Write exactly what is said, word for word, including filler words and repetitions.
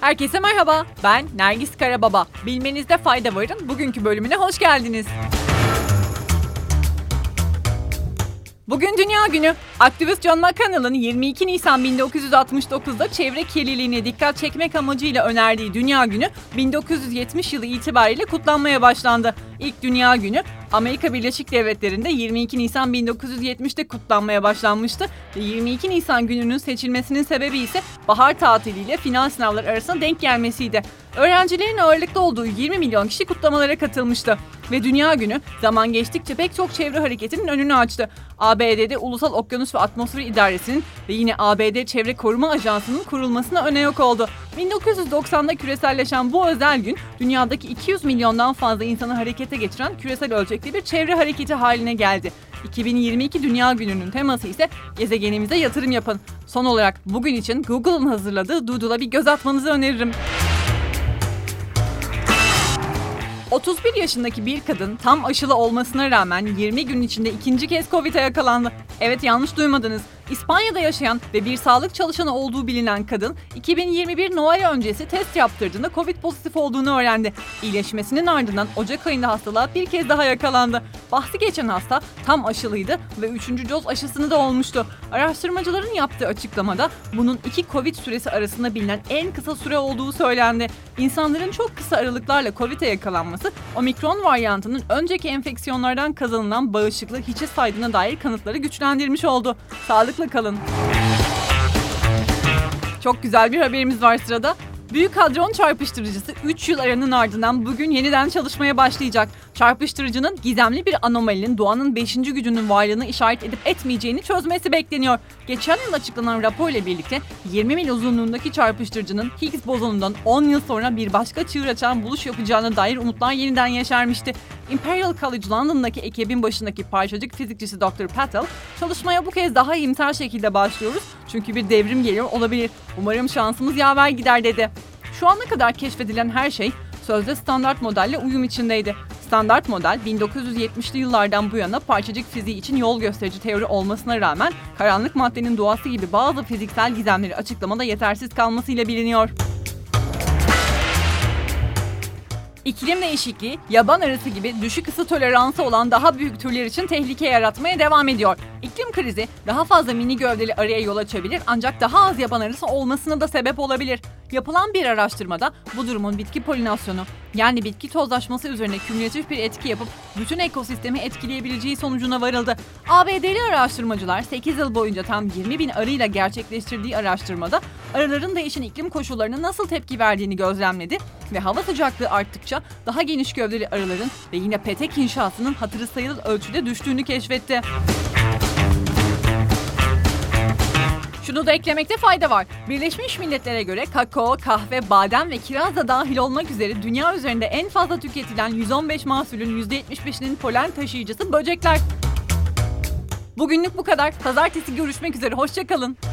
Herkese merhaba, ben Nergis Karababa. Bilmenizde fayda varın, bugünkü bölümüne hoş geldiniz. Bugün Dünya Günü. Aktivist John McConnell'ın yirmi iki Nisan bin dokuz yüz altmış dokuzda çevre kirliliğine dikkat çekmek amacıyla önerdiği Dünya Günü, bin dokuz yüz yetmiş yılı itibariyle kutlanmaya başlandı. İlk Dünya Günü, Amerika Birleşik Devletleri'nde yirmi iki Nisan bin dokuz yüz yetmişte kutlanmaya başlanmıştı ve yirmi iki Nisan gününün seçilmesinin sebebi ise bahar tatiliyle final sınavları arasında denk gelmesiydi. Öğrencilerin ağırlıklı olduğu yirmi milyon kişi kutlamalara katılmıştı ve Dünya Günü zaman geçtikçe pek çok çevre hareketinin önünü açtı. A B D'de Ulusal Okyanus ve Atmosfer İdaresi'nin ve yine A B D Çevre Koruma Ajansı'nın kurulmasına öne yok oldu. bin dokuz yüz doksanda küreselleşen bu özel gün, dünyadaki iki yüz milyondan fazla insanı harekete geçiren küresel ölçekli bir çevre hareketi haline geldi. iki bin yirmi iki Dünya Günü'nün teması ise gezegenimize yatırım yapın. Son olarak bugün için Google'ın hazırladığı Doodle'a bir göz atmanızı öneririm. otuz bir yaşındaki bir kadın tam aşılı olmasına rağmen yirmi gün içinde ikinci kez Covid'e yakalandı. Evet, yanlış duymadınız. İspanya'da yaşayan ve bir sağlık çalışanı olduğu bilinen kadın iki bin yirmi bir Noel öncesi test yaptırdığında Covid pozitif olduğunu öğrendi. İyileşmesinin ardından Ocak ayında hastalığa bir kez daha yakalandı. Bahsi geçen hasta tam aşılıydı ve üçüncü doz aşısını da olmuştu. Araştırmacıların yaptığı açıklamada bunun iki Covid süresi arasında bilinen en kısa süre olduğu söylendi. İnsanların çok kısa aralıklarla Covid'e yakalanması, omikron varyantının önceki enfeksiyonlardan kazanılan bağışıklığı hiçe saydığına dair kanıtları güçlendirmiş oldu. Sağlıkla kalın. Çok güzel bir haberimiz var sırada. Büyük Hadron Çarpıştırıcısı üç yıl aranın ardından bugün yeniden çalışmaya başlayacak. Çarpıştırıcının gizemli bir anomalinin doğanın beşinci gücünün varlığını işaret edip etmeyeceğini çözmesi bekleniyor. Geçen yıl açıklanan rapor ile birlikte yirmi mil uzunluğundaki çarpıştırıcının Higgs bozonundan on yıl sonra bir başka çığır açan buluş yapacağına dair umutlar yeniden yeşermişti. Imperial College London'daki ekibin başındaki parçacık fizikçisi doktor Patel, çalışmaya bu kez daha iyimser şekilde başlıyoruz çünkü bir devrim geliyor olabilir. Umarım şansımız yaver gider dedi. Şu ana kadar keşfedilen her şey sözde standart modelle uyum içindeydi. Standart model bin dokuz yüz yetmişli yıllardan bu yana parçacık fiziği için yol gösterici teori olmasına rağmen karanlık maddenin doğası gibi bazı fiziksel gizemleri açıklamada yetersiz kalmasıyla biliniyor. İklim değişikliği, yaban arısı gibi düşük ısı toleransı olan daha büyük türler için tehlike yaratmaya devam ediyor. İklim krizi daha fazla mini gövdeli arıya yol açabilir ancak daha az yaban arısı olmasına da sebep olabilir. Yapılan bir araştırmada bu durumun bitki polinasyonu, yani bitki tozlaşması üzerine kümülatif bir etki yapıp bütün ekosistemi etkileyebileceği sonucuna varıldı. A B D'li araştırmacılar sekiz yıl boyunca tam yirmi bin arıyla gerçekleştirdiği araştırmada arıların değişen iklim koşullarına nasıl tepki verdiğini gözlemledi ve hava sıcaklığı arttıkça daha geniş gövdeli arıların ve yine petek inşasının hatırı sayılır ölçüde düştüğünü keşfetti. Şunu da eklemekte fayda var. Birleşmiş Milletler'e göre kakao, kahve, badem ve kiraz da dahil olmak üzere dünya üzerinde en fazla tüketilen yüz on beş mahsulün yüzde yetmiş beşinin polen taşıyıcısı böcekler. Bugünlük bu kadar. Pazartesi görüşmek üzere. Hoşça kalın.